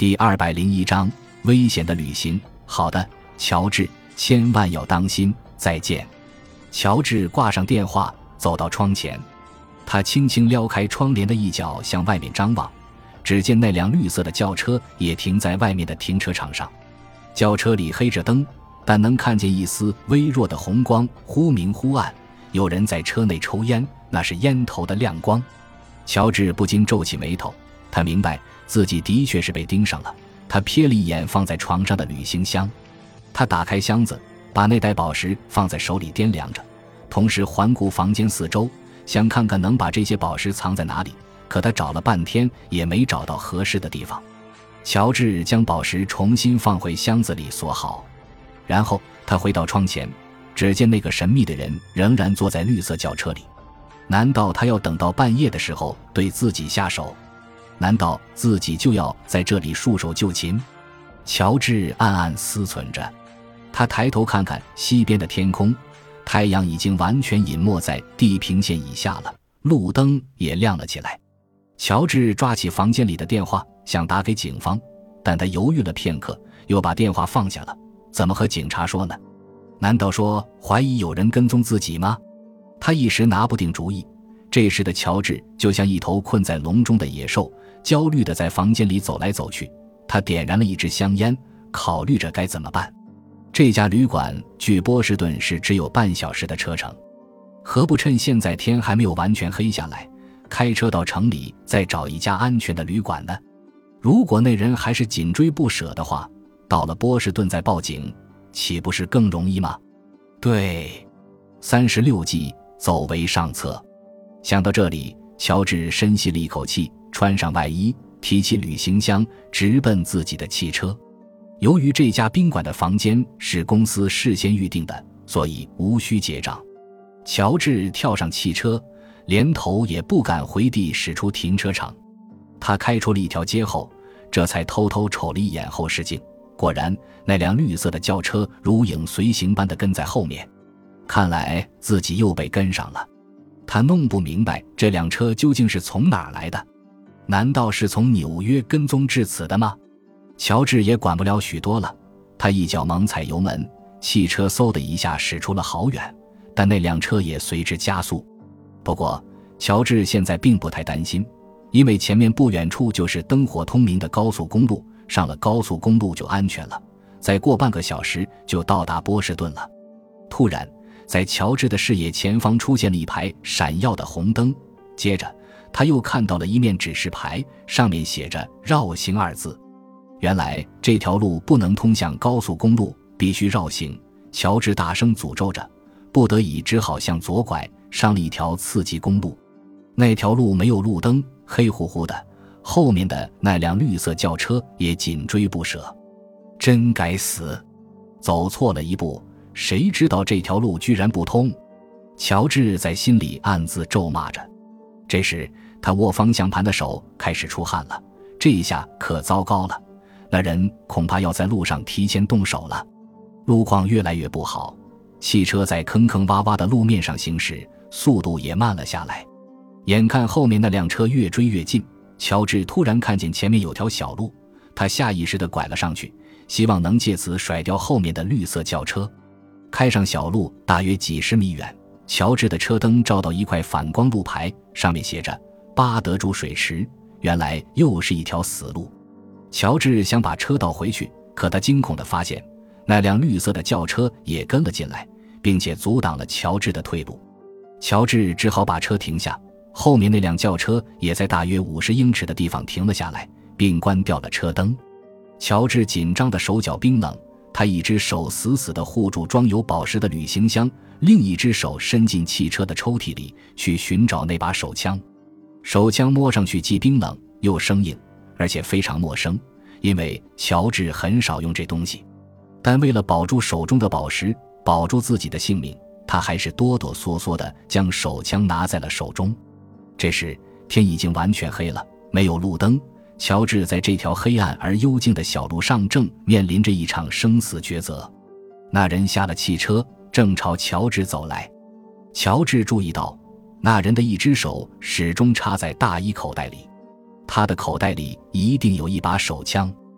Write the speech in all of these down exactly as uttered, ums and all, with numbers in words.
第二百零一章危险的旅行。好的，乔治，千万要当心，再见。乔治挂上电话，走到窗前，他轻轻撩开窗帘的一角，向外面张望，只见那辆绿色的轿车也停在外面的停车场上。轿车里黑着灯，但能看见一丝微弱的红光，忽明忽暗，有人在车内抽烟，那是烟头的亮光。乔治不禁皱起眉头，他明白自己的确是被盯上了。他瞥了一眼放在床上的旅行箱，他打开箱子，把那袋宝石放在手里掂量着，同时环顾房间四周，想看看能把这些宝石藏在哪里。可他找了半天也没找到合适的地方。乔治将宝石重新放回箱子里锁好，然后他回到窗前，只见那个神秘的人仍然坐在绿色轿车里。难道他要等到半夜的时候对自己下手？难道自己就要在这里束手就擒？乔治暗暗思忖着。他抬头看看西边的天空，太阳已经完全隐没在地平线以下了，路灯也亮了起来。乔治抓起房间里的电话，想打给警方，但他犹豫了片刻，又把电话放下了。怎么和警察说呢？难道说怀疑有人跟踪自己吗？他一时拿不定主意。这时的乔治就像一头困在笼中的野兽，焦虑地在房间里走来走去。他点燃了一支香烟，考虑着该怎么办。这家旅馆距波士顿是只有半小时的车程，何不趁现在天还没有完全黑下来，开车到城里再找一家安全的旅馆呢？如果那人还是紧追不舍的话，到了波士顿再报警，岂不是更容易吗？对，三十六计，走为上策。想到这里，乔治深吸了一口气，穿上外衣，提起旅行箱，直奔自己的汽车。由于这家宾馆的房间是公司事先预定的，所以无需结账。乔治跳上汽车，连头也不敢回地驶出停车场。他开出了一条街后，这才偷偷瞅了一眼后视镜，果然那辆绿色的轿车如影随形般地跟在后面。看来自己又被跟上了。他弄不明白这辆车究竟是从哪儿来的，难道是从纽约跟踪至此的吗？乔治也管不了许多了，他一脚猛踩油门，汽车嗖的一下驶出了好远，但那辆车也随之加速。不过乔治现在并不太担心，因为前面不远处就是灯火通明的高速公路，上了高速公路就安全了，再过半个小时就到达波士顿了。突然在乔治的视野前方出现了一排闪耀的红灯，接着他又看到了一面指示牌，上面写着绕行二字。原来这条路不能通向高速公路，必须绕行。乔治大声诅咒着，不得已只好向左拐，上了一条次级公路。那条路没有路灯，黑乎乎的，后面的那辆绿色轿车也紧追不舍。真该死，走错了一步，谁知道这条路居然不通。乔治在心里暗自咒骂着。这时他握方向盘的手开始出汗了，这一下可糟糕了，那人恐怕要在路上提前动手了。路况越来越不好，汽车在坑坑洼洼的路面上行驶，速度也慢了下来。眼看后面那辆车越追越近，乔治突然看见前面有条小路，他下意识地拐了上去，希望能借此甩掉后面的绿色轿车。开上小路大约几十米远，乔治的车灯照到一块反光路牌，上面写着巴德竹水池，原来又是一条死路。乔治想把车倒回去，可他惊恐地发现那辆绿色的轿车也跟了进来，并且阻挡了乔治的退路。乔治只好把车停下，后面那辆轿车也在大约五十英尺的地方停了下来，并关掉了车灯。乔治紧张的手脚冰冷，他一只手死死地护住装有宝石的旅行箱，另一只手伸进汽车的抽屉里去寻找那把手枪。手枪摸上去既冰冷又生硬，而且非常陌生，因为乔治很少用这东西。但为了保住手中的宝石，保住自己的性命，他还是哆哆嗦嗦地将手枪拿在了手中。这时天已经完全黑了，没有路灯，乔治在这条黑暗而幽静的小路上正面临着一场生死抉择。那人下了汽车，正朝乔治走来。乔治注意到那人的一只手始终插在大衣口袋里，他的口袋里一定有一把手枪。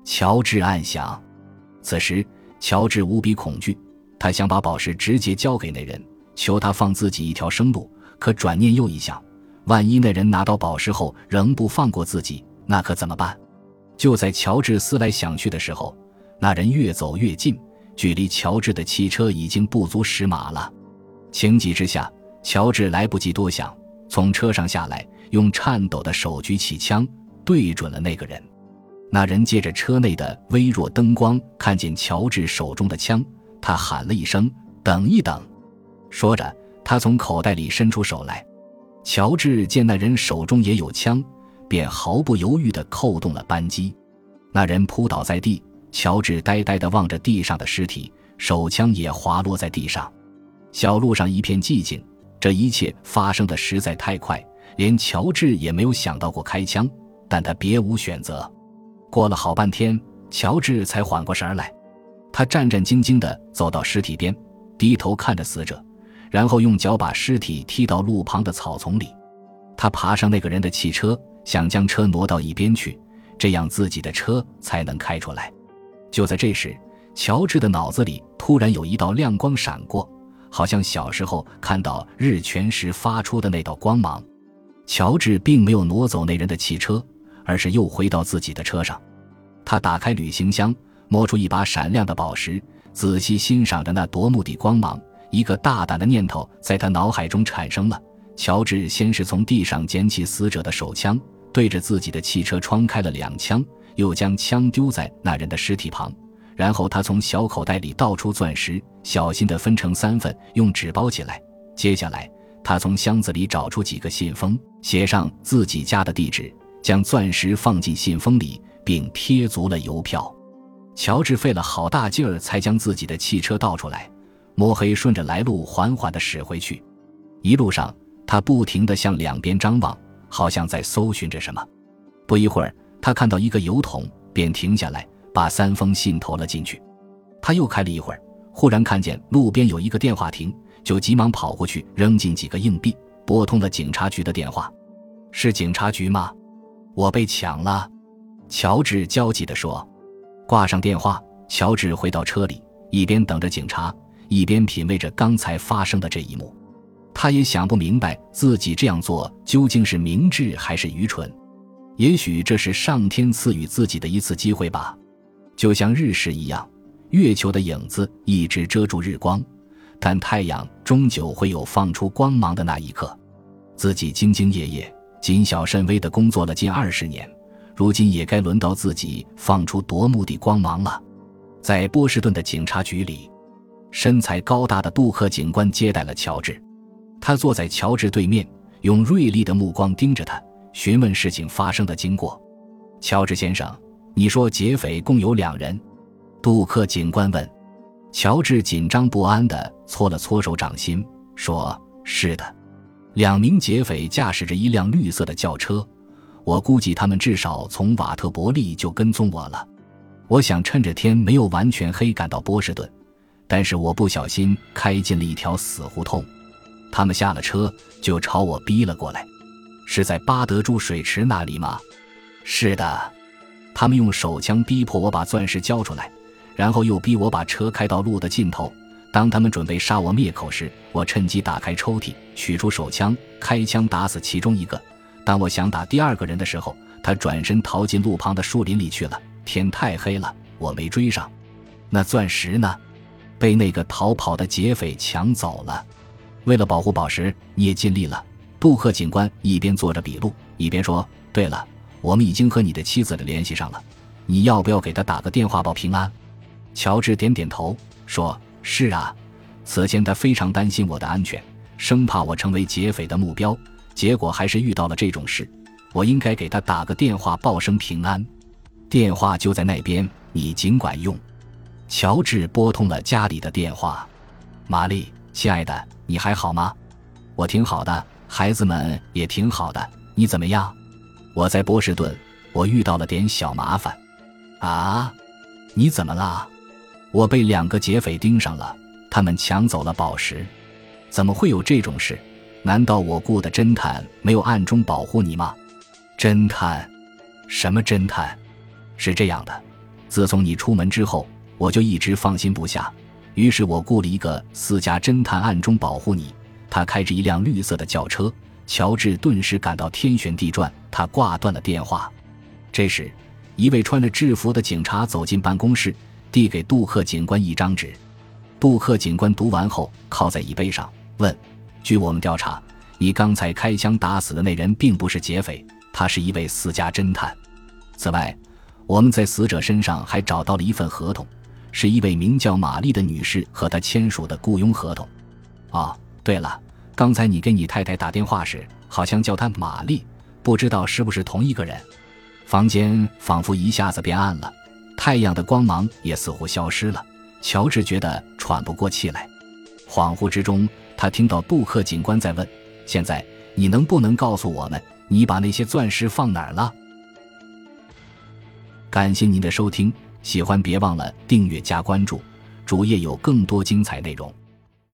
乔治暗想。此时乔治无比恐惧，他想把宝石直接交给那人，求他放自己一条生路，可转念又一想，万一那人拿到宝石后仍不放过自己，那可怎么办？就在乔治思来想去的时候，那人越走越近，距离乔治的汽车已经不足十码了。情急之下，乔治来不及多想，从车上下来，用颤抖的手举起枪，对准了那个人。那人借着车内的微弱灯光看见乔治手中的枪，他喊了一声：“等一等！”说着，他从口袋里伸出手来。乔治见那人手中也有枪，便毫不犹豫地扣动了扳机。那人扑倒在地，乔治呆呆地望着地上的尸体，手枪也滑落在地上。小路上一片寂静，这一切发生的实在太快，连乔治也没有想到过开枪，但他别无选择。过了好半天，乔治才缓过神来。他战战兢兢地走到尸体边，低头看着死者，然后用脚把尸体踢到路旁的草丛里。他爬上那个人的汽车，想将车挪到一边去，这样自己的车才能开出来。就在这时，乔治的脑子里突然有一道亮光闪过，好像小时候看到日全食发出的那道光芒。乔治并没有挪走那人的汽车，而是又回到自己的车上。他打开旅行箱，摸出一把闪亮的宝石，仔细欣赏着那夺目的光芒。一个大胆的念头在他脑海中产生了。乔治先是从地上捡起死者的手枪，对着自己的汽车窗开了两枪，又将枪丢在那人的尸体旁。然后他从小口袋里倒出钻石，小心地分成三份，用纸包起来。接下来他从箱子里找出几个信封，写上自己家的地址，将钻石放进信封里，并贴足了邮票。乔治费了好大劲儿才将自己的汽车倒出来，摸黑顺着来路缓缓地驶回去。一路上他不停地向两边张望，好像在搜寻着什么。不一会儿，他看到一个邮筒，便停下来，把三封信投了进去。他又开了一会儿，忽然看见路边有一个电话亭，就急忙跑过去，扔进几个硬币，拨通了警察局的电话。是警察局吗？我被抢了，乔治焦急地说。挂上电话，乔治回到车里，一边等着警察，一边品味着刚才发生的这一幕。他也想不明白自己这样做究竟是明智还是愚蠢。也许这是上天赐予自己的一次机会吧。就像日食一样，月球的影子一直遮住日光，但太阳终究会有放出光芒的那一刻。自己兢兢业业、谨小慎微地工作了近二十年，如今也该轮到自己放出夺目的光芒了。在波士顿的警察局里，身材高大的杜克警官接待了乔治。他坐在乔治对面，用锐利的目光盯着他，询问事情发生的经过。乔治先生，你说劫匪共有两人？杜克警官问。乔治紧张不安地搓了搓手掌心，说：是的，两名劫匪驾驶着一辆绿色的轿车，我估计他们至少从瓦特伯利就跟踪我了。我想趁着天没有完全黑赶到波士顿，但是我不小心开进了一条死胡同。他们下了车就朝我逼了过来。是在巴德珠水池那里吗？是的，他们用手枪逼迫我把钻石交出来，然后又逼我把车开到路的尽头。当他们准备杀我灭口时，我趁机打开抽屉，取出手枪，开枪打死其中一个。当我想打第二个人的时候，他转身逃进路旁的树林里去了。天太黑了，我没追上。那钻石呢？被那个逃跑的劫匪抢走了。为了保护宝石，你也尽力了。杜克警官一边做着笔录，一边说：对了，我们已经和你的妻子联系上了，你要不要给他打个电话报平安？乔治点点头，说：是啊，此前他非常担心我的安全，生怕我成为劫匪的目标，结果还是遇到了这种事，我应该给他打个电话报声平安。电话就在那边，你尽管用。乔治拨通了家里的电话。玛丽，亲爱的，你还好吗？我挺好的，孩子们也挺好的，你怎么样？我在波士顿，我遇到了点小麻烦。啊？你怎么了？我被两个劫匪盯上了，他们抢走了宝石。怎么会有这种事？难道我雇的侦探没有暗中保护你吗？侦探？什么侦探？是这样的， 自从你出门之后，我就一直放心不下，于是我雇了一个私家侦探暗中保护你。他开着一辆绿色的轿车，乔治顿时感到天旋地转，他挂断了电话。这时，一位穿着制服的警察走进办公室，递给杜克警官一张纸。杜克警官读完后靠在椅背上问，据我们调查，你刚才开枪打死的那人并不是劫匪，他是一位私家侦探。此外，我们在死者身上还找到了一份合同，是一位名叫玛丽的女士和她签署的雇佣合同。哦，对了，刚才你给你太太打电话时好像叫她玛丽，不知道是不是同一个人。房间仿佛一下子变暗了，太阳的光芒也似乎消失了，乔治觉得喘不过气来。恍惚之中，他听到杜克警官在问，现在你能不能告诉我们，你把那些钻石放哪儿了？感谢您的收听，喜欢别忘了订阅加关注，主页有更多精彩内容。